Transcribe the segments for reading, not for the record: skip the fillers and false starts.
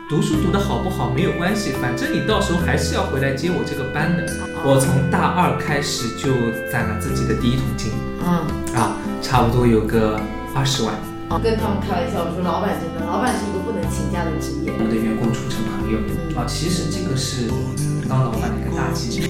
读书读得好不好没有关系，反正你到时候还是要回来接我这个班的。我从大2开始就攒了自己的第一桶金，差不多有个20万。 跟他们开玩笑说，老板是一个不能请假的职业。 我的员工处成朋友其实这个是当老板的一个大忌。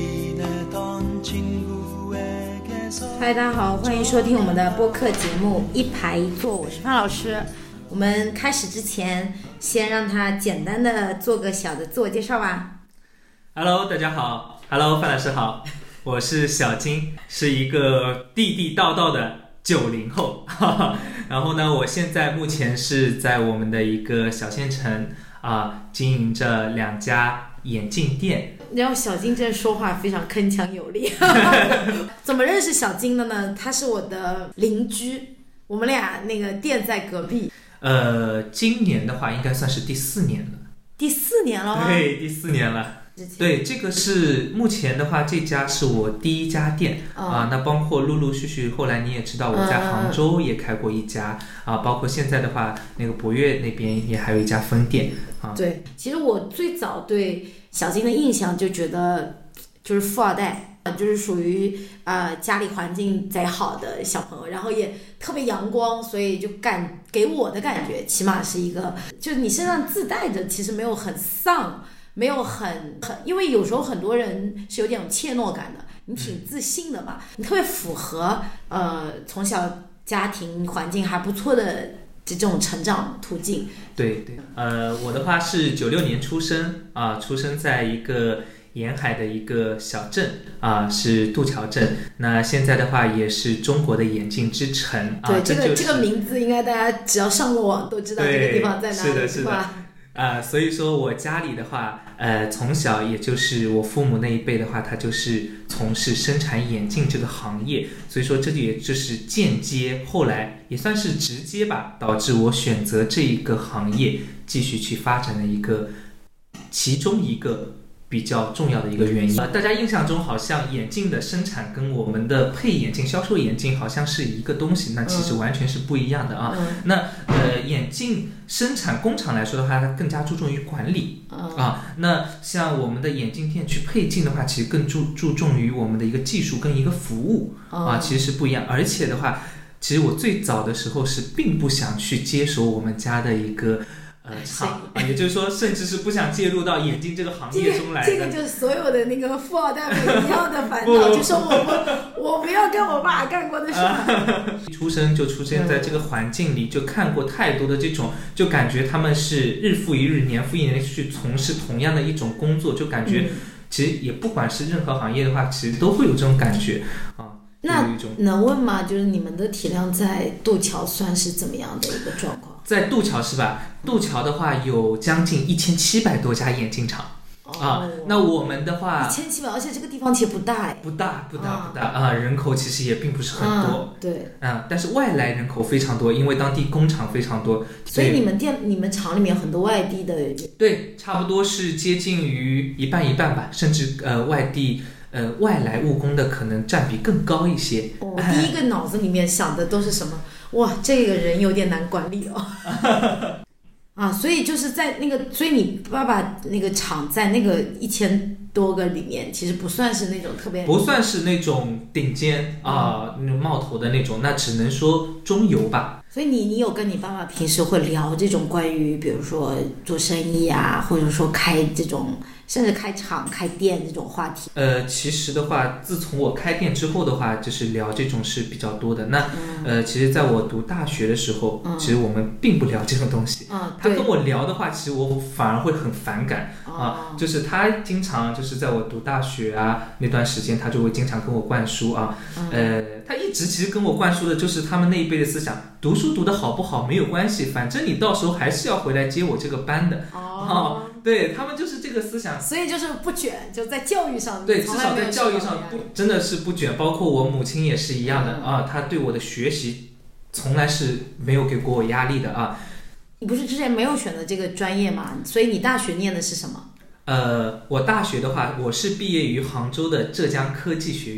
嗨，大家好，欢迎收听我们的播客节目一排一坐，我是范老师。我们开始之前，先让他简单的做个小的自我介绍吧。 Hello， 大家好。Hello， 范老师好。我是小金，是一个地地道道的90后。然后呢，我现在目前是在我们的一个小县城经营着2家眼镜店。 然后小金这说话非常铿锵有力。怎么认识小金的呢？他是我的邻居，我们俩那个店在隔壁。 今年的话应该算是第4年了。 第4年了吗？ 对，第4年了。对，这个是目前的话，这家是我第1家店那包括陆陆续续，后来你也知道，我在杭州也开过1家包括现在的话，那个博越那边也还有1家分店对，其实我最早对小金的印象就觉得就是富二代，就是属于家里环境贼好的小朋友，然后也特别阳光，所以就给我的感觉，起码是一个，就是你身上自带着，其实没有很丧。没有很，因为有时候很多人是有点怯懦感的，你挺自信的嘛，你特别符合从小家庭环境还不错的这种成长途径。 对，我的话是96年出生出生在一个沿海的一个小镇是渡桥镇。那现在的话也是中国的眼镜之城对，这个名字应该大家只要上过网都知道这个地方在哪里， 是的。所以说我家里的话从小也就是我父母那一辈的话，他就是从事生产眼镜这个行业，所以说这也就是间接，后来也算是直接吧，导致我选择这一个行业继续去发展的其中一个比较重要的一个原因。大家印象中好像眼镜的生产跟我们的配眼镜、销售眼镜好像是一个东西，那其实完全是不一样的那眼镜生产工厂来说的话，它更加注重于管理那像我们的眼镜店去配镜的话，其实更注重于我们的一个技术跟一个服务其实是不一样。而且的话，其实我最早的时候是并不想去接手我们家的一个也就是说，甚至是不想介入到眼镜这个行业中来的。 这个就是所有的那个富二代们一样的烦恼，就说我不要干我爸干过的事。 出生就出现在这个环境里，就看过太多的这种，就感觉他们是日复一日、年复一年去从事同样的一种工作，就感觉其实也不管是任何行业的话，其实都会有这种感觉那能问吗？就是你们的体量在渡桥算是怎么样的一个状况？ 在渡桥是吧？渡桥的话有将近1700多家眼镜厂那我们的话 1700，而且这个地方其实不大不大人口其实也并不是很多对但是外来人口非常多，因为当地工厂非常多， 所以你们厂里面很多外地的。 对，差不多是接近于一半吧，甚至外地外来务工的可能占比更高一些。 第一个脑子里面想的都是什么？哇，这个人有点难管理所以就是在那个，所以你爸爸那个厂在那个1000多个里面，其实不算是那种特别， 不算是那种顶尖那种冒头的那种，那只能说中游吧。 所以你有跟你爸爸平时会聊这种关于比如说做生意或者说开这种甚至开厂开店这种话题？ 其实的话，自从我开店之后的话，就是聊这种是比较多的。那其实在我读大学的时候其实我们并不聊这种东西他跟我聊的话，其实我反而会很反感就是他经常就是在我读大学那段时间，他就会经常跟我灌输他一直其实跟我灌输的就是他们那一辈的思想，读书读得好不好没有关系，反正你到时候还是要回来接我这个班的对，他们就是这个思想， 所以就是不卷，就在教育上对，至少在教育上真的是不卷。包括我母亲也是一样的她对我的学习从来是没有给过我压力的你不是之前没有选择这个专业吗？所以你大学念的是什么？ 我大学的话，我是毕业于杭州的浙江科技学院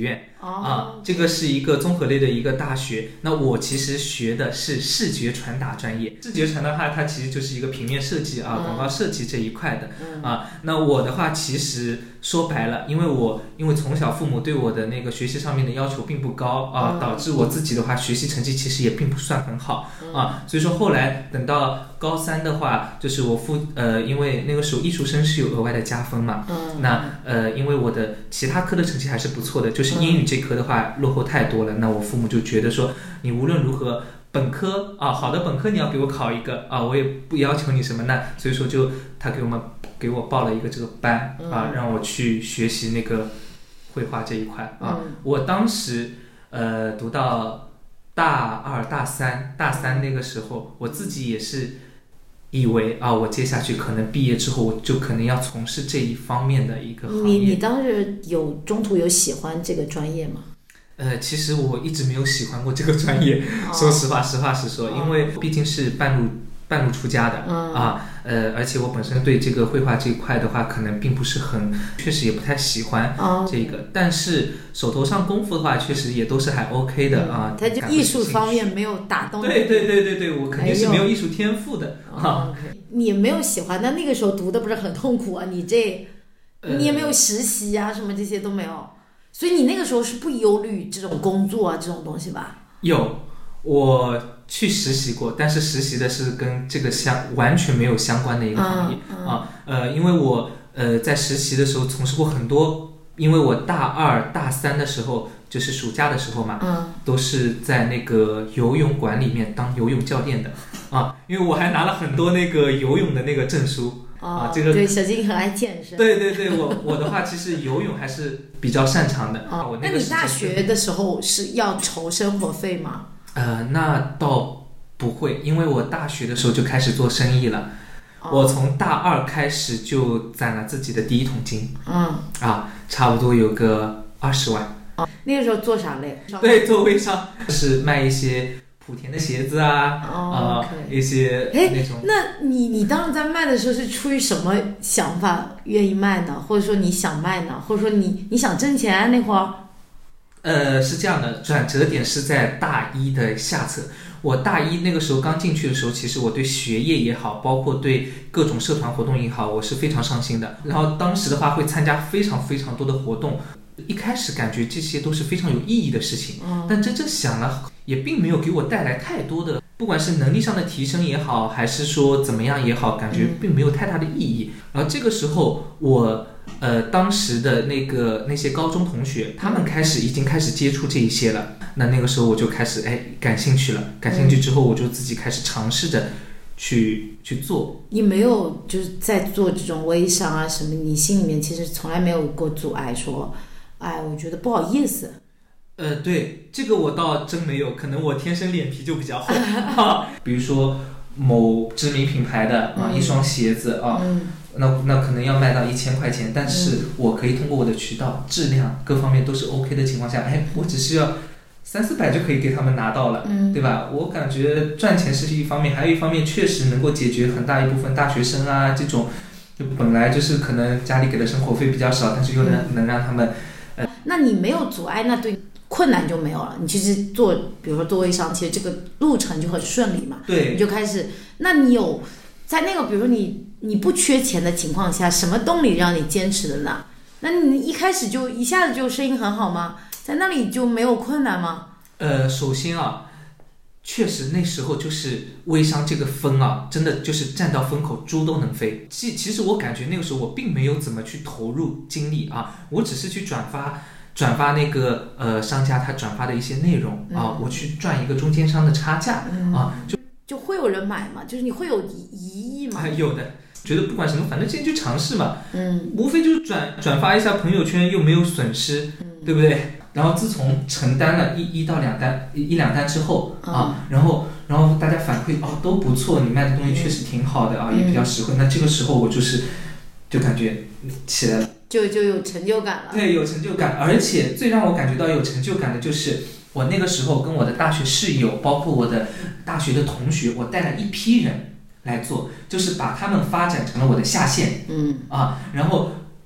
这个是一个综合类的一个大学。那我其实学的是视觉传达专业，视觉传达的话，它其实就是一个平面设计广告设计这一块的那我的话其实说白了，因为从小父母对我的那个学习上面的要求并不高导致我自己的话学习成绩其实也并不算很好所以说后来等到高三的话，就是因为那个时候艺术生是有额外的加分嘛那因为我的其他科的成绩还是不错的，就是英语这科的话落后太多了那我父母就觉得说你无论如何本科好的本科你要给我考一个我也不要求你什么那所以说他给我报了一个这个班让我去学习那个绘画这一块我当时读到大二大三那个时候，我自己也是以为我接下去可能毕业之后我就可能要从事这一方面的一个行业。 你当时中途有喜欢这个专业吗？ 其实我一直没有喜欢过这个专业说实话实说因为毕竟是半路出家的而且我本身对这个绘画这一块的话可能并不是确实也不太喜欢这个但是手头上功夫的话确实也都是还 OK 的它就艺术方面没有打动你。 对，我肯定是没有艺术天赋的你没有喜欢，但那个时候读的不是很痛苦你也没有实习什么这些都没有，所以你那个时候是不忧虑这种工作这种东西吧？ 有，我去实习过，但是实习的是跟这个完全没有相关的一个行业因为我在实习的时候从事过很多，因为我大二大三的时候就是暑假的时候嘛都是在那个游泳馆里面当游泳教练的因为我还拿了很多那个游泳的那个证书这个对，小金很爱健身。 对，我的话其实游泳还是比较擅长的那你大学的时候是要筹生活费吗？ 那倒不会，因为我大学的时候就开始做生意了我从大二开始就攒了自己的第一桶金差不多有个20万那个时候做啥嘞？ 对，做微商，是卖一些莆田的鞋子一些那种。 那你当时在卖的时候是出于什么想法愿意卖呢？或者说你想卖呢？或者说你想挣钱那会儿？ 是这样的，转折点是在大一的下册。我大一那个时候刚进去的时候，其实我对学业也好，包括对各种社团活动也好，我是非常上心的。然后当时的话会参加非常非常多的活动，一开始感觉这些都是非常有意义的事情，但真正想了也并没有给我带来太多的，不管是能力上的提升也好，还是说怎么样也好，感觉并没有太大的意义。然后这个时候我当时的那些高中同学，他们已经开始接触这一些了。那个时候我就开始感兴趣了，感兴趣之后我就自己开始尝试着去做。 你没有就是在做这种微商什么，你心里面其实从来没有过阻碍说我觉得不好意思。 对，这个我倒真没有，可能我天生脸皮就比较厚比如说某知名品牌的一双鞋子那可能要卖到1000块钱，但是我可以通过我的渠道、质量各方面都是 OK 的情况下，我只需要300-400就可以给他们拿到了，对吧？我感觉赚钱是一方面，还有一方面确实能够解决很大一部分大学生这种，就本来就是可能家里给的生活费比较少，但是又能让他们那你没有阻碍，那对困难就没有了。你其实比如说做微商，其实这个路程就很顺利嘛。 对， 你就开始。那你有在那个比如说你不缺钱的情况下，什么动力让你坚持的呢？那你一开始就一下子就生意很好吗？在那里就没有困难吗？ 首先确实那时候就是微商这个风真的就是站到风口猪都能飞。其实我感觉那个时候我并没有怎么去投入精力我只是去转发那个商家他转发的一些内容我去赚一个中间商的差价就会有人买嘛，就是你会有疑义嘛？ 有的，觉得不管什么，反正今天去尝试嘛，无非就是转发一下朋友圈，又没有损失，对不对？然后自从承担了一两单之后然后大家反馈都不错，你卖的东西确实挺好的也比较实惠。那这个时候我就感觉起来了， 就有成就感了。 对，有成就感，而且最让我感觉到有成就感的就是我那个时候跟我的大学室友，包括我的大学的同学，我带了一批人来做，就是把他们发展成了我的下线，然后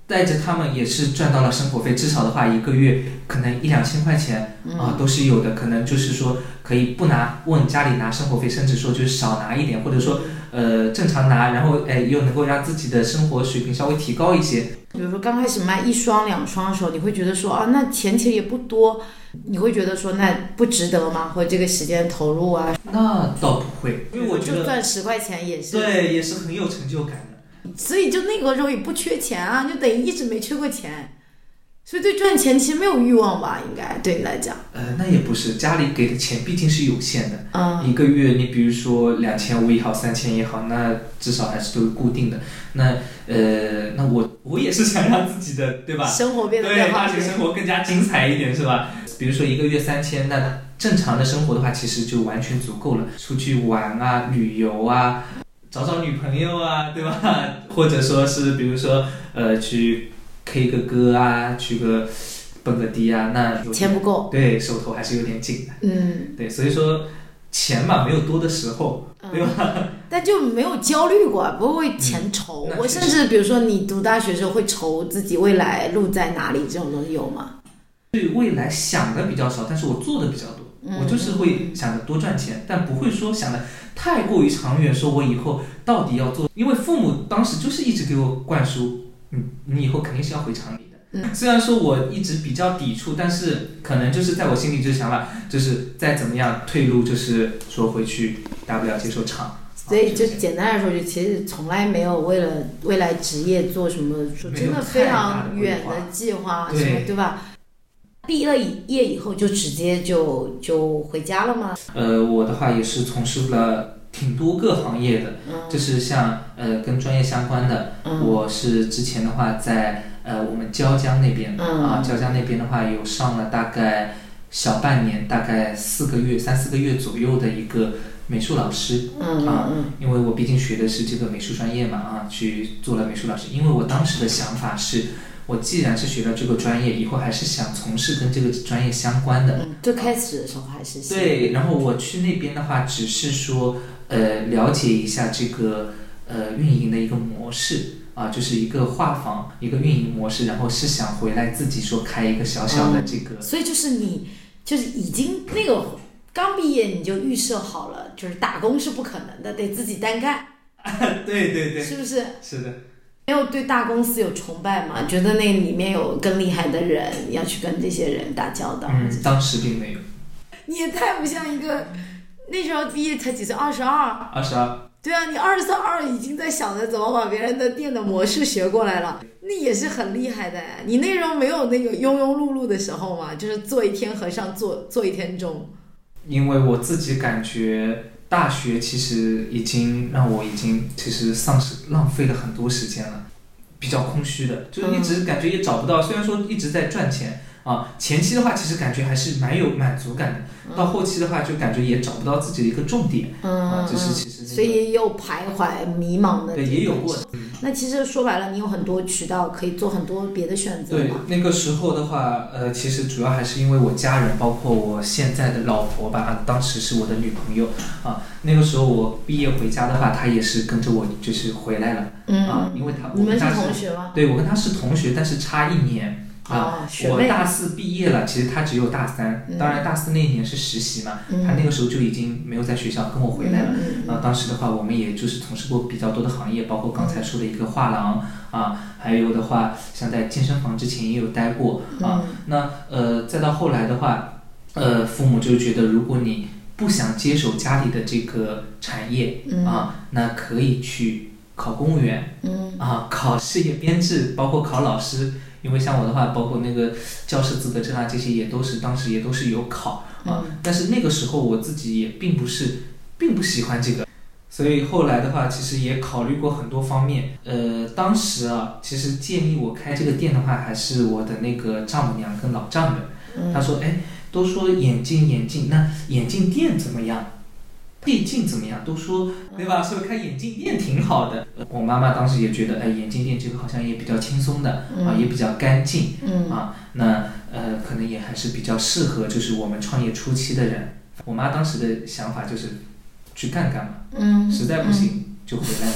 带着他们也是赚到了生活费，至少的话一个月可能1-2千块钱都是有的，可能就是说可以不问家里拿生活费，甚至说就是少拿一点，或者说正常拿，然后又能够让自己的生活水平稍微提高一些。 比如说刚开始卖1双2双的时候，你会觉得说啊，那钱其实也不多，你会觉得说那不值得吗？或者这个时间投入啊？ 那倒不会，因为我觉得就赚10块钱也是对，也是很有成就感的。 所以就那个时候也不缺钱啊，就等于一直没缺过钱。所以对赚钱其实没有欲望吧，应该对你来讲。 那也不是，家里给的钱毕竟是有限的。一个月你比如说2500也好，3000也好，那至少还是都是固定的。那我也是想让自己的对吧？ 生活变得更好， 对，大学生活更加精彩一点是吧？比如说一个月3000，那正常的生活的话，其实就完全足够了。出去玩啊，旅游啊，找女朋友啊，对吧？或者说是比如说去K 个歌啊，去个蹦个迪啊，那钱不够， 对，手头还是有点紧的。对，所以说钱嘛，没有多的时候，对吧？ 但就没有焦虑过，不会为钱愁。我甚至比如说你读大学的时候会愁自己未来路在哪里，这种东西有吗？ 对未来想的比较少，但是我做的比较多。我就是会想着多赚钱，但不会说想的太过于长远，说我以后到底要做，因为父母当时就是一直给我灌输。你以后肯定是要回厂里的。虽然说我一直比较抵触，但是可能就是在我心里就是想法，就是再怎么样退路，就是说回去大不了接受厂。 所以就简单来说，就其实从来没有为了未来职业做什么说真的非常远的计划，什么对吧？毕了业以后就直接就回家了吗？ 我的话也是从事了挺多个行业的，就是像跟专业相关的，我是之前的话在我们椒江那边椒江那边的话有上了大概小半年，大概3-4个月左右的一个美术老师因为我毕竟学的是这个美术专业嘛去做了美术老师。因为我当时的想法是，我既然是学了这个专业，以后还是想从事跟这个专业相关的。 最开始的时候还是对，然后我去那边的话，只是说了解一下这个运营的一个模式就是一个画坊一个运营模式，然后是想回来自己说开一个小小的这个。 所以就是你就是已经那个刚毕业你就预设好了，就是打工是不可能的，得自己单干。 对对对， 是不是？ 是的。 没有对大公司有崇拜吗？觉得那里面有更厉害的人，要去跟这些人打交道？ 当时并没有。 你也太不像一个那时候毕业才几岁，22。对啊，你22已经在想着怎么把别人的店的模式学过来了，那也是很厉害的。你那时候没有那个庸庸碌碌的时候嘛，就是做一天和尚做一天钟。 因为我自己感觉大学其实已经让我其实浪费了很多时间了，比较空虚的，就一直感觉也找不到。虽然说一直在赚钱前期的话其实感觉还是蛮有满足感的，到后期的话就感觉也找不到自己的一个重点就是其实所以又徘徊迷茫的。 对，也有过。 那其实说白了，你有很多渠道可以做很多别的选择。 对，那个时候的话其实主要还是因为我家人，包括我现在的老婆吧当时是我的女朋友那个时候我毕业回家的话，她也是跟着我就是回来了因为你们是同学吗？ 对，我跟她是同学，但是差1年我大4毕业了，其实他只有大3当然大4那一年是实习嘛他那个时候就已经没有在学校跟我回来了当时的话我们也就是从事过比较多的行业，包括刚才说的一个画廊还有的话像在健身房之前也有待过那再到后来的话父母就觉得如果你不想接手家里的这个产业那可以去考公务员考事业编制，包括考老师。因为像我的话，包括那个教师资格证这些也都是当时也都是有考但是那个时候我自己也并不喜欢这个，所以后来的话其实也考虑过很多方面当时其实建议我开这个店的话，还是我的那个丈母娘跟老丈人他说都说眼镜，那眼镜店怎么样？配镜怎么样？都说对吧？说开眼镜店挺好的。我妈妈当时也觉得，眼镜店这个好像也比较轻松的也比较干净那可能也还是比较适合就是我们创业初期的人。我妈当时的想法就是去干嘛实在不行就回来了。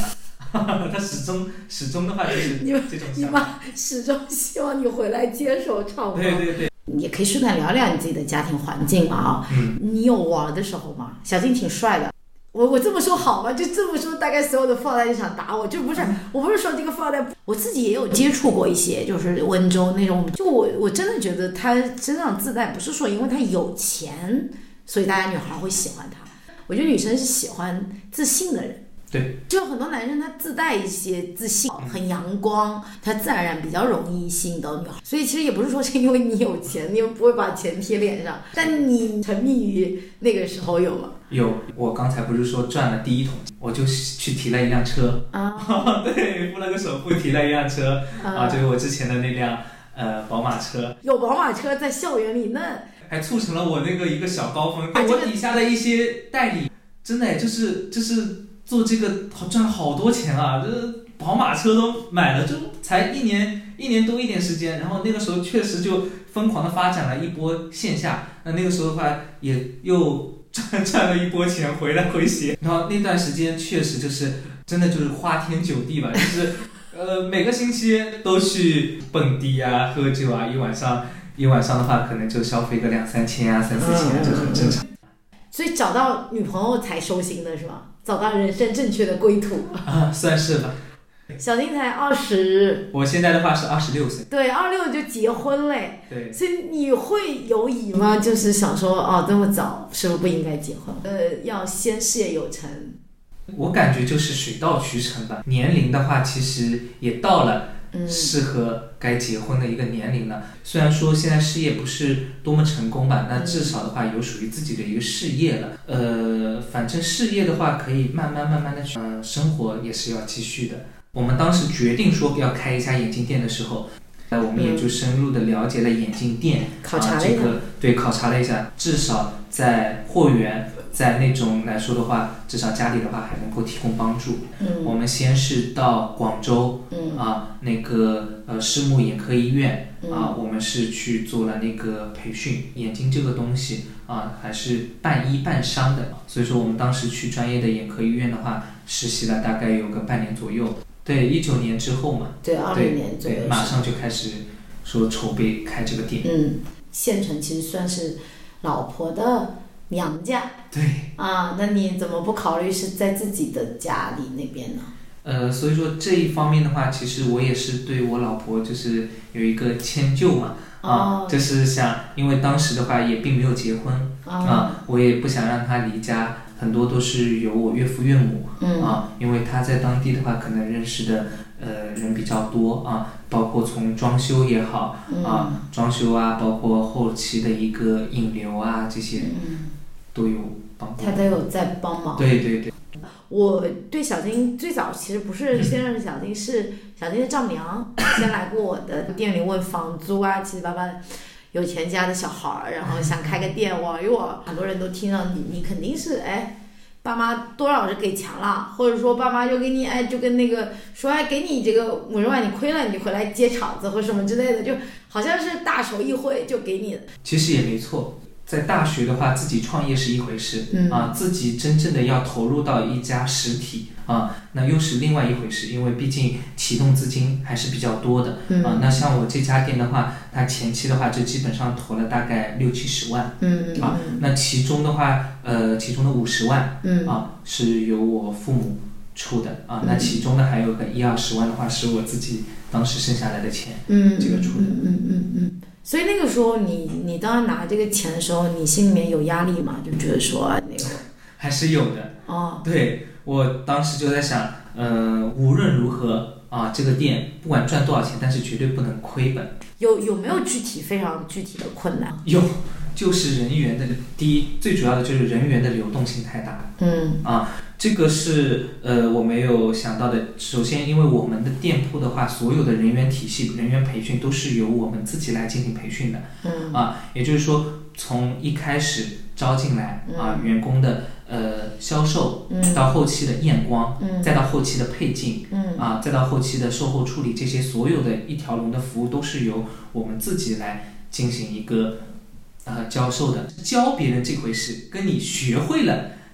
他始终的话就是这种你妈始终希望你回来接手唱吗？ 对对对。 也可以顺带聊聊你自己的家庭环境嘛啊，你有玩的时候吗？小金挺帅的，我这么说好吗？就这么说，大概所有的富二代就想打我，就不是，我不是说这个富二代，我自己也有接触过一些，就是温州那种，就我真的觉得他身上自带，不是说因为他有钱，所以大家女孩会喜欢他，我觉得女生是喜欢自信的人。 对， 就很多男生他自带一些自信，很阳光，他自然而然比较容易吸引到女孩。所以其实也不是说是因为你有钱，你不会把钱贴脸上，但你沉迷于那个时候有吗？ 有，我刚才不是说赚了第一桶金，我就去提了一辆车啊，对，付了个首付提了一辆车啊，就是我之前的那辆宝马车。 有宝马车在校园里，那还促成了我那个一个小高峰。我底下的一些代理，真的就是做这个赚了好多钱啊！这宝马车都买了，就才一年多一点时间。然后那个时候确实就疯狂的发展了一波线下，那个时候的话也又赚了一波钱，回来回血。然后那段时间确实就是真的就是花天酒地吧，就是每个星期都去蹦迪啊、喝酒啊，一晚上的话可能就消费个2-3千啊、3-4千，这很正常。 所以找到女朋友才收心的是吗？找到人生正确的归途啊，算是吧。 小丁才20， 我现在的话是26岁。 对，26就结婚嘞。 对。 所以你会犹疑吗？就是想说，哦，这么早是不是不应该结婚？要先事业有成。 我感觉就是水到渠成吧。年龄的话，其实也到了适合该结婚的一个年龄了。虽然说现在事业不是多么成功吧，那至少的话有属于自己的一个事业了。反正事业的话可以慢慢的去，生活也是要继续的。我们当时决定说要开一家眼镜店的时候，我们也就深入的了解了眼镜店， 考察了一下， 对，考察了一下，至少在货源，在那种来说的话，至少家里的话还能够提供帮助。我们先是到广州，那个世木眼科医院我们是去做了那个培训。眼睛这个东西还是半医半商的，所以说我们当时去专业的眼科医院的话，实习了大概有个半年左右。对，19年之后嘛， 对，20年左右， 对，马上就开始说筹备开这个店。 县城其实算是老婆的娘家。 对那你怎么不考虑是在自己的家里那边呢？ 所以说这一方面的话，其实我也是对我老婆就是有一个迁就嘛，就是想，因为当时的话也并没有结婚我也不想让她离家，很多都是由我岳父岳母因为他在当地的话可能认识的人比较多包括从装修也好装修包括后期的一个引流这些都有帮助， 他都有在帮忙。 对对对。 我对小金最早其实不是先认识小金，是小金的丈母娘先来过我的店里问房租七七八八的，有钱家的小孩，然后想开个店玩一玩，很多人都听到你肯定是爸妈多少是给钱了，或者说爸妈就给你就跟那个说给你这个50万你亏了你就回来接场子或什么之类的，就好像是大手一挥就给你的。 其实也没错。在大学的话，自己创业是一回事，自己真正的要投入到一家实体那又是另外一回事，因为毕竟启动资金还是比较多的那像我这家店的话，它前期的话就基本上投了大概60-70万那其中的话其中的50万是由我父母出的那其中的还有个10-20万的话是我自己当时剩下来的钱这个出的所以那个时候你当时拿这个钱的时候，你心里面有压力吗？就觉得说那个还是有的对，我当时就在想无论如何这个店不管赚多少钱，但是绝对不能亏本。 有没有非常具体的困难？ 有，就是人员的第一最主要的就是人员的流动性太大这个是我没有想到的。首先因为我们的店铺的话，所有的人员体系人员培训都是由我们自己来进行培训的也就是说从一开始招进来员工的销售到后期的验光再到后期的配镜再到后期的售后处理，这些所有的一条龙的服务都是由我们自己来进行一个教授的。教别人这回事，跟你学会了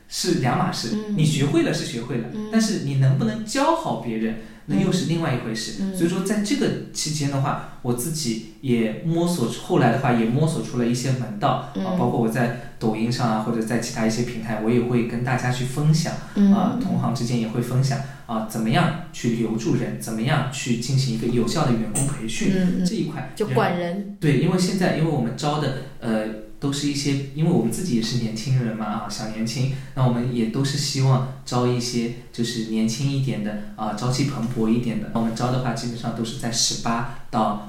是两码事。你学会了是学会了，但是你能不能教好别人，那又是另外一回事。所以说在这个期间的话，我自己也后来的话也摸索出了一些门道包括我在抖音上啊，或者在其他一些平台，我也会跟大家去分享同行之间也会分享怎么样去留住人，怎么样去进行一个有效的员工培训这一块， 就管人。 对，因为我们招的都是一些，因为我们自己也是年轻人嘛小年轻，那我们也都是希望招一些就是年轻一点的朝气蓬勃一点的。我们招的话基本上都是在18到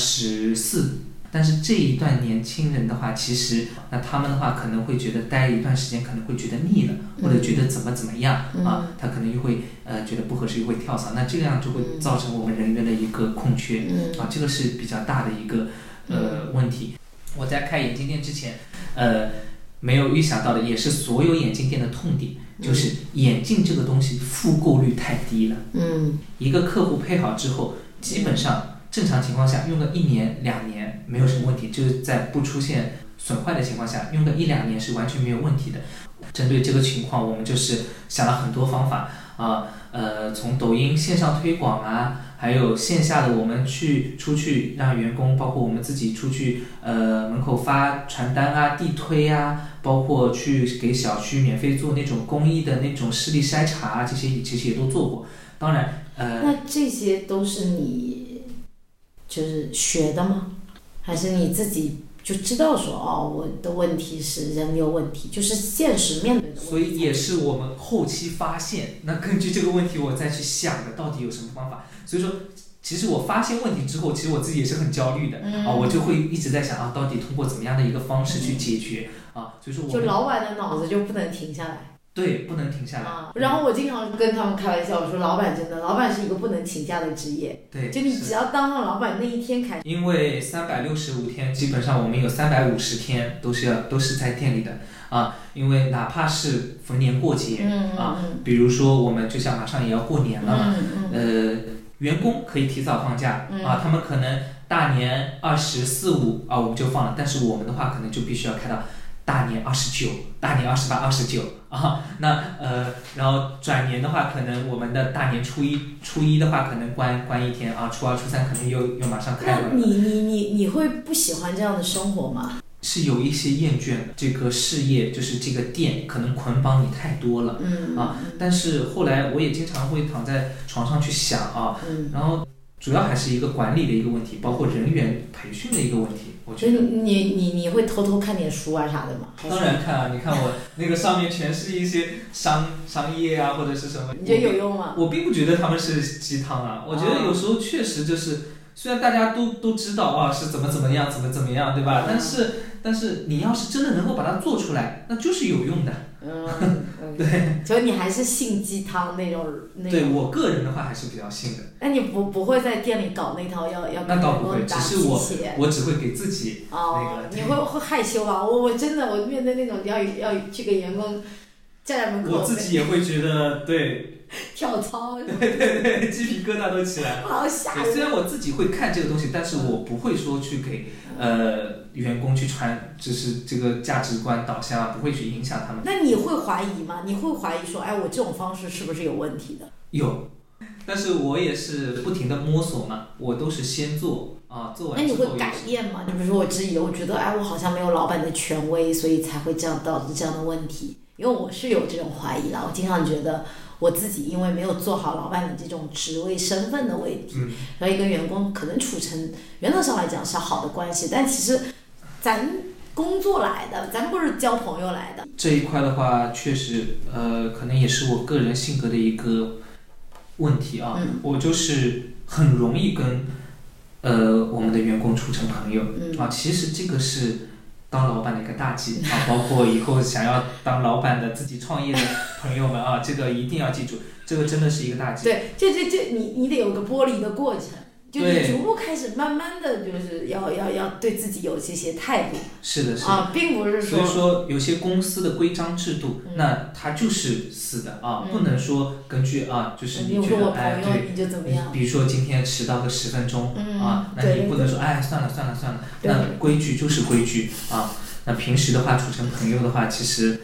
24，但是这一段年轻人的话，其实那他们的话可能会觉得待一段时间可能会觉得腻了，或者觉得怎么样他可能又会觉得不合适，又会跳槽，那这样就会造成我们人员的一个空缺这个是比较大的一个问题。我在开眼镜店之前没有预想到的，也是所有眼镜店的痛点，就是眼镜这个东西复购率太低了。一个客户配好之后，基本上正常情况下用个1年2年没有什么问题，就是在不出现损坏的情况下，用个1-2年是完全没有问题的。针对这个情况，我们就是想了很多方法从抖音线上推广还有线下的我们出去让员工，包括我们自己出去门口发传单地推包括去给小区免费做那种公益的那种视力筛查这些其实也都做过。当然那这些都是你就是学的吗？还是你自己就知道说我的问题是人流问题，就是现实面对的问题？ 所以也是我们后期发现，那根据这个问题我再去想的到底有什么方法。所以说其实我发现问题之后，其实我自己也是很焦虑的我就会一直在想到底通过怎么样的一个方式去解决所以说就老板的脑子就不能停下来。 对，不能停下来然后我经常跟他们开玩笑，我说老板是一个不能请假的职业。 对， 就你只要当上老板那一天开始， 因为365天基本上我们有350天都是在店里的因为哪怕是逢年过节比如说我们就像马上也要过年了嘛员工可以提早放假他们可能大年20、4、5我们就放了，但是我们的话可能就必须要开到大年29、大年28、29那然后转年的话，可能我们的大年初一的话可能关1天初2、初3可能又马上开了。 那你会不喜欢这样的生活吗？ 是有一些厌倦这个事业，就是这个店可能捆绑你太多了但是后来我也经常会躺在床上去想然后主要还是一个管理的一个问题，包括人员培训的一个问题。我觉得你会偷偷看点书啥的吗？ 当然看你看我那个上面全是一些商业或者是什么， 你觉得有用吗？ 我并不觉得他们是鸡汤我觉得有时候确实就是虽然大家都知道是怎么样对吧但是你要是真的能够把它做出来，那就是有用的对， 就你还是信鸡汤那种。 对，我个人的话还是比较信的。 那你不会在店里搞那套要那倒不会，只是我只会给自己你会害羞我真的我面对那种要去给员工站在门口， 我自己也会觉得对跳操， 对，鸡皮疙瘩都起来了， 好吓人。 虽然我自己会看这个东西，但是我不会说去给员工去传，就是这个价值观导向不会去影响他们。 那你会怀疑吗？你会怀疑说，我这种方式是不是有问题的？ 有，但是我也是不停的摸索嘛，我都是先做做完之后。 那你会改变吗？就比如说我质疑，我觉得我好像没有老板的权威，所以才会这样导致这样的问题。因为我是有这种怀疑啦，我经常觉得我自己因为没有做好老板的这种职位身份的问题，然后跟员工可能处成原则上来讲是好的关系，但其实咱工作来的，咱不是交朋友来的。 这一块的话，确实可能也是我个人性格的一个问题我就是很容易跟我们的员工处成朋友其实这个是当老板的一个大忌包括以后想要当老板的自己创业的朋友们这个一定要记住，这个真的是一个大忌。 对，这你得有个剥离的过程，就你逐步开始慢慢的就是要对自己有这些态度。 是的，是的并不是说。 所以说有些公司的规章制度，那它就是死的不能说根据就是你觉得对，你就怎么样？ 比如说今天迟到个10分钟那你不能说算了，那规矩就是规矩那平时的话处成朋友的话，其实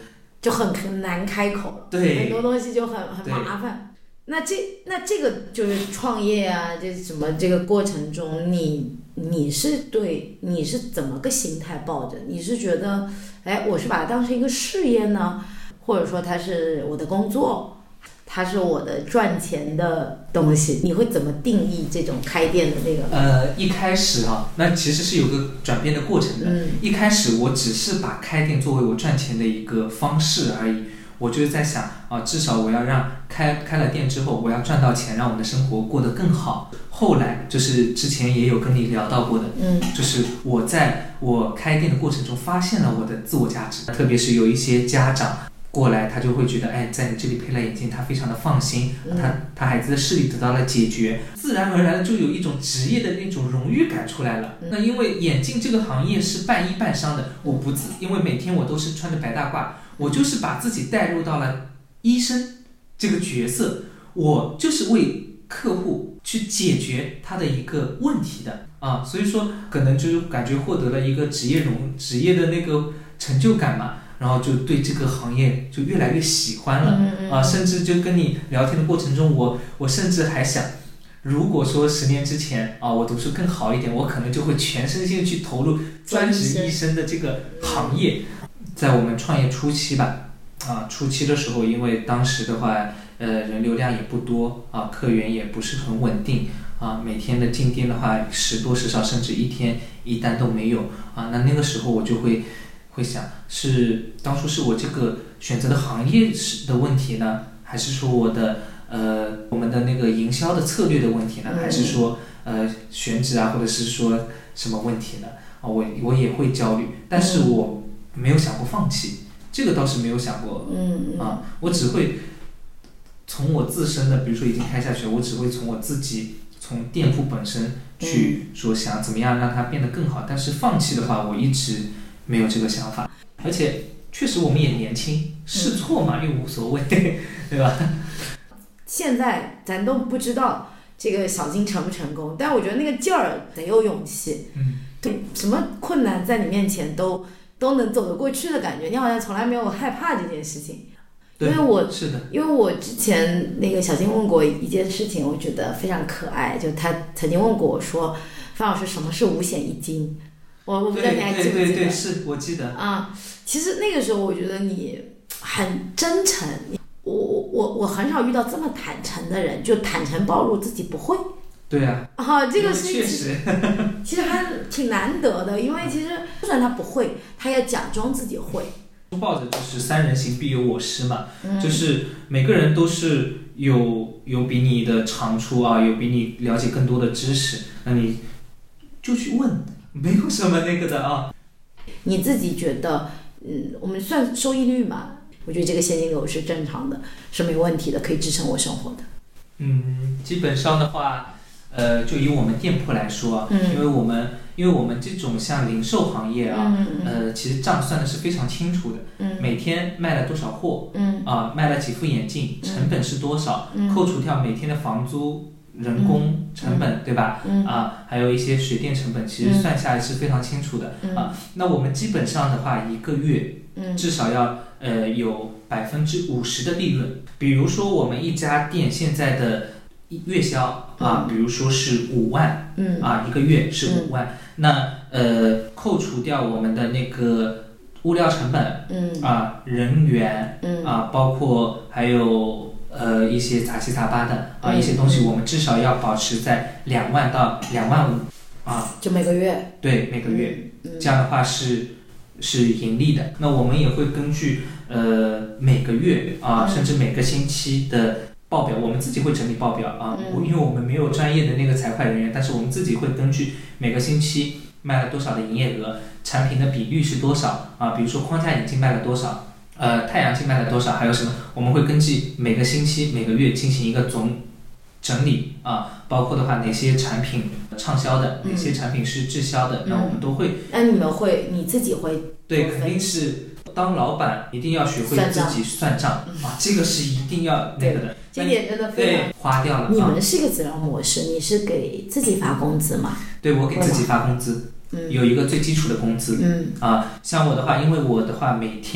就很难开口， 对， 很多东西就很麻烦。那这个就是创业啊，这什么这个过程中，你是怎么个心态抱着？你是觉得，哎，我是把它当成一个事业呢，或者说它是我的工作，它是我的赚钱的东西？你会怎么定义这种开店的那个？ 一开始啊，那其实是有个转变的过程的。一开始我只是把开店作为我赚钱的一个方式而已。我就是在想啊，至少我要让开了店之后，我要赚到钱，让我们的生活过得更好。后来就是之前也有跟你聊到过的，就是我在我开店的过程中发现了我的自我价值，特别是有一些家长过来，他就会觉得，哎，在你这里配了眼镜，他非常的放心，他孩子的视力得到了解决，自然而然的就有一种职业的那种荣誉感出来了。那因为眼镜这个行业是半医半伤的，因为每天我都是穿着白大褂，我就是把自己带入到了医生这个角色，我就是为客户去解决他的一个问题的啊，所以说可能就是感觉获得了一个职业的那个成就感嘛。然后就对这个行业就越来越喜欢了甚至就跟你聊天的过程中，我甚至还想，如果说10年之前我读书更好一点，我可能就会全身心去投入专职医生的这个行业。在我们创业初期吧，初期的时候，因为当时的话，人流量也不多客源也不是很稳定每天的进店的话时多时少，甚至一天一单都没有那个时候我就会想，是当初是我这个选择的行业的问题呢，还是说我们的那个营销的策略的问题呢，还是说选址或者是说什么问题呢？我也会焦虑，但是我没有想过放弃，这个倒是没有想过我只会从我自身的，比如说已经开下去，我只会从我自己，从店铺本身去说想怎么样让它变得更好，但是放弃的话，我一直没有这个想法，而且确实我们也年轻，试错嘛又无所谓，对吧？ 现在咱都不知道这个小金成不成功，但我觉得那个劲儿得有勇气，对，什么困难在你面前都能走得过去的感觉，你好像从来没有害怕这件事情。因为我之前那个小金问过一件事情，我觉得非常可爱，就他曾经问过我说，范老师什么是五险一金？我不知道你还记不记得？ 对，是我记得其实那个时候我觉得你很真诚，我很少遇到这么坦诚的人，就坦诚暴露自己不会。 对这个是确实， 其实还挺难得的，因为其实就算他不会，他也假装自己会。 抱着就是三人行必有我师嘛，就是每个人都是有比你的长处有比你了解更多的知识，那你就去问，没有什么那个的你自己觉得，我们算收益率嘛？我觉得这个现金流是正常的，是没问题的，可以支撑我生活的。 基本上的话，就以我们店铺来说，因为我们这种像零售行业其实账算的是非常清楚的，每天卖了多少货，卖了几副眼镜，成本是多少，扣除掉每天的房租、人工成本，对吧？还有一些水电成本，其实算下来是非常清楚的那我们基本上的话，一个月至少要有50%的利润。比如说我们一家店现在的月销比如说是5万一个月是5万，那扣除掉我们的那个物料成本人员包括还有一些杂七杂八的一些东西，我们至少要保持在2万到2万5 就每个月。 对，每个月这样的话是盈利的。那我们也会根据每个月甚至每个星期的报表，我们自己会整理报表因为我们没有专业的那个财会人员，但是我们自己会根据每个星期卖了多少的营业额，产品的比率是多少比如说框架眼镜卖了多少，太阳镜卖了多少，还有什么，我们会根据每个星期每个月进行一个总整理包括的话哪些产品畅销的，哪些产品是滞销的，那我们都会。 那你自己会？ 对，肯定是当老板一定要学会自己算账这个是一定要那个的。 这点真的非常花掉了。 你们是一个怎样模式？你是给自己发工资吗？ 对，我给自己发工资，有一个最基础的工资像我的话，因为我的话每天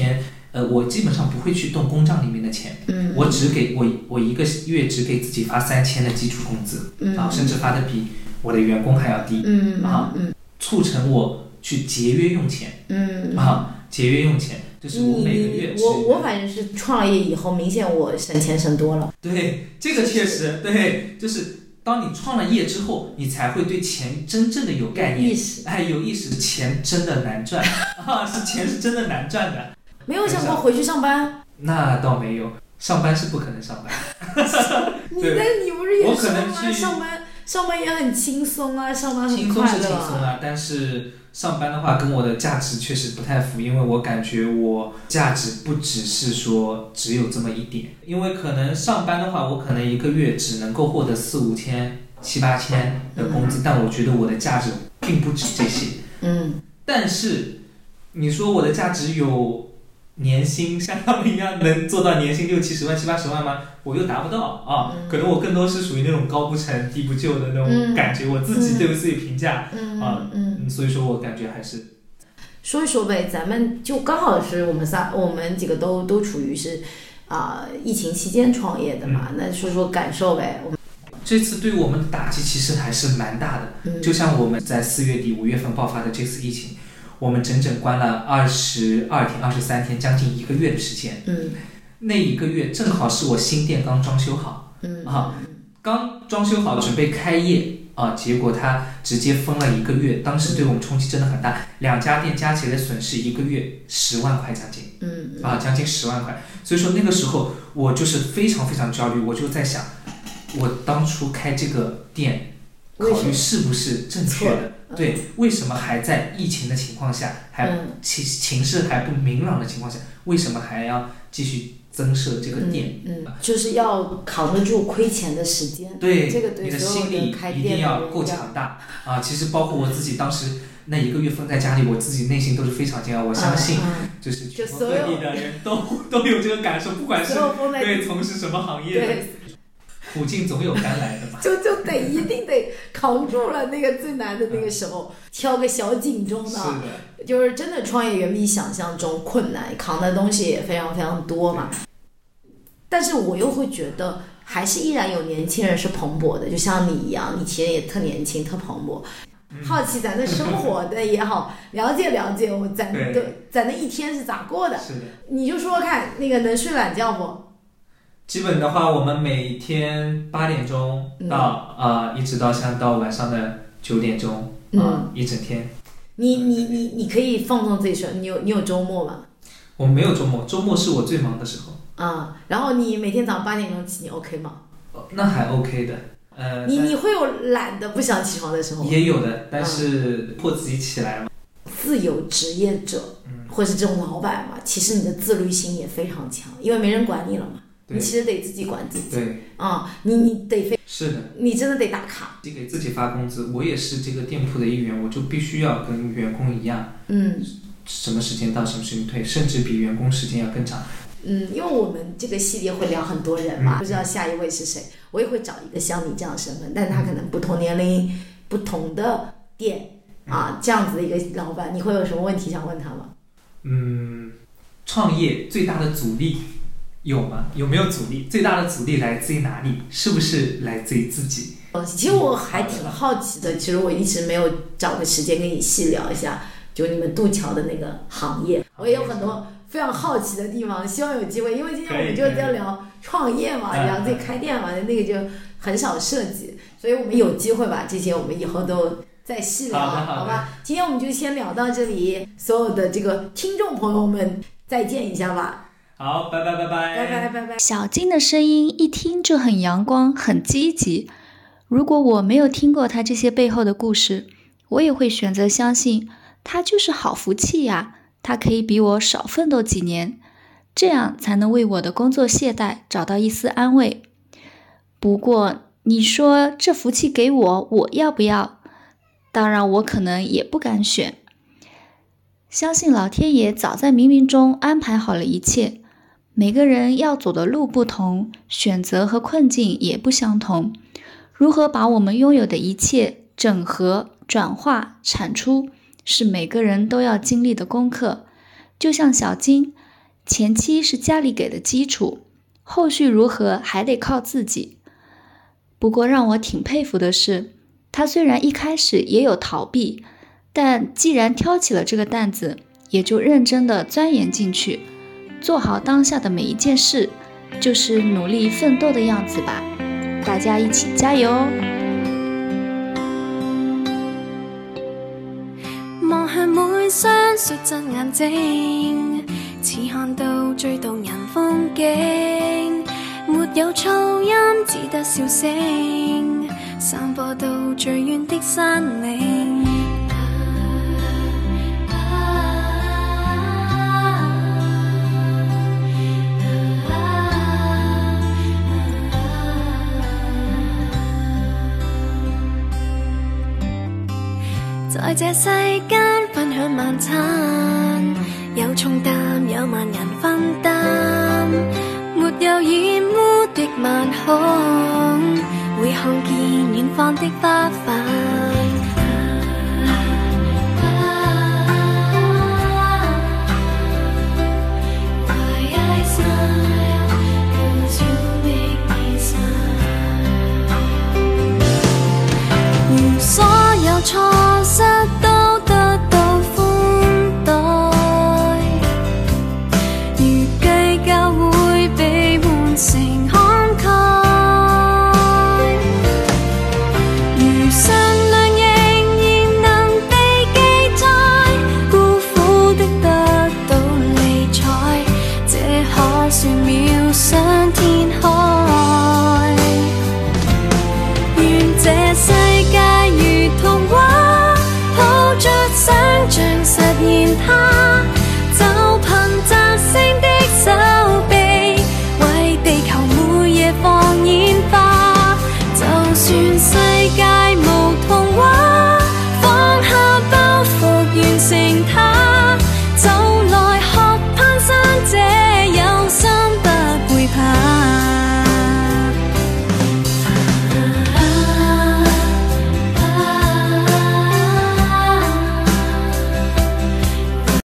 我基本上不会去动公账里面的钱，我只给我一个月只给自己发3000的基础工资，甚至发的比我的员工还要低，促成我去节约用钱，节约用钱，就是我每个月我反正是创了业以后，明显我省钱省多了。 对，这个确实对，就是当你创了业之后，你才会对钱真正的有概念，有意识，钱真的难赚钱是真的难赚的。 没有想过回去上班？ 那倒没有，上班是不可能上班。 你不是也说吗？ 上班也很轻松啊，上班很快乐。 轻松是轻松啊，但是上班的话跟我的价值确实不太符，因为我感觉我价值不只是说只有这么一点，因为可能上班的话，我可能一个月只能够获得4、5千、7、8千的工资，但我觉得我的价值并不止这些。但是你说我的价值有年薪像他们一样能做到年薪60、70万、70、80万吗？我又达不到啊，可能我更多是属于那种高不成低不就的那种感觉，我自己对我自己评价所以说我感觉还是说一说呗，咱们就刚好是我们几个都处于是疫情期间创业的嘛，那说说感受呗。 这次对我们的打击其实还是蛮大的，就像我们在4月底5月份爆发的这次疫情，我们整整关了22天、23天，将近1个月的时间。那1个月正好是我新店刚装修好，刚装修好准备开业结果它直接封了1个月，当时对我们冲击真的很大，2家店加起来损失1个月10万块将近，将近10万块。所以说那个时候我就是非常非常焦虑，我就在想，我当初开这个店考虑是不是正确的？对，为什么还在疫情的情况下，情势还不明朗的情况下，为什么还要继续增设这个店？ 就是要扛得住亏钱的时间。 对， 这个对你的心理一定要够强大其实包括我自己当时那1个月封在家里，我自己内心都是非常煎熬。我相信，就是全国各地的人都有这个感受，不管是对从事什么行业的。苦尽总有甘来的嘛，就一定得扛住了那个最难的那个时候，挑个小警钟的。 是的， 就是真的创业远比想象中困难，扛的东西也非常非常多嘛。但是我又会觉得，还是依然有年轻人是蓬勃的，就像你一样，你其实也特年轻、特蓬勃。好奇咱的生活的也好，了解咱的一天是咋过的？ 是的， 你就说看，那个能睡懒觉不？ 基本的话，我们每天8点钟到一直到像到晚上的9点钟一整天。 你可以放纵自己说，你有周末吗？ 我没有周末，周末是我最忙的时候。 然后你每天早上8点钟起，你 OK 吗？ 那还 OK 的。 你会有懒得不想起床的时候吗？ 也有的，但是迫自己起来嘛。 自由职业者，或是这种老板嘛，其实你的自律性也非常强，因为没人管你了嘛。你其实得自己管自己。 对你得是的， 你真的得打卡， 给自己发工资。我也是这个店铺的一员，我就必须要跟员工一样，什么时间到什么时间退，甚至比员工时间要更长。 因为我们这个系列会聊很多人嘛，不知道下一位是谁，我也会找一个像你这样的身份，但是他可能不同年龄、不同的店这样子的一个老板，你会有什么问题想问他吗？ 创业最大的阻力有吗？有没有阻力？最大的阻力来自于哪里？是不是来自于自己？ 其实我还挺好奇的，其实我一直没有找个时间跟你细聊一下，就你们渡桥的那个行业，我也有很多非常好奇的地方，希望有机会，因为今天我们就在聊创业嘛，聊自己开店嘛，那个就很少涉及，所以我们有机会吧，这些我们以后都再细聊，好吧？今天我们就先聊到这里，所有的这个听众朋友们再见一下吧。 好，拜拜拜拜拜拜拜拜。 小金的声音一听就很阳光，很积极。如果我没有听过他这些背后的故事，我也会选择相信他就是好福气呀，他可以比我少奋斗几年，这样才能为我的工作懈怠找到一丝安慰。不过你说这福气给我，我要不要？当然我可能也不敢选。相信老天爷早在冥冥中安排好了一切，每个人要走的路不同，选择和困境也不相同。如何把我们拥有的一切整合、转化、产出，是每个人都要经历的功课。就像小金， 前期是家里给的基础，后续如何还得靠自己。不过让我挺佩服的是，他虽然一开始也有逃避，但既然挑起了这个担子，也就认真的钻研进去，做好当下的每一件事，就是努力奋斗的样子吧。大家一起加油哦！ 望向每雙率真眼睛，似看到最動人風景，沒有噪音，只得笑聲，散播到最遠的山嶺。在這世間分享晚餐，有重擔有萬人分擔，沒有染污的晚空，會看見遠方的花瓣。所有錯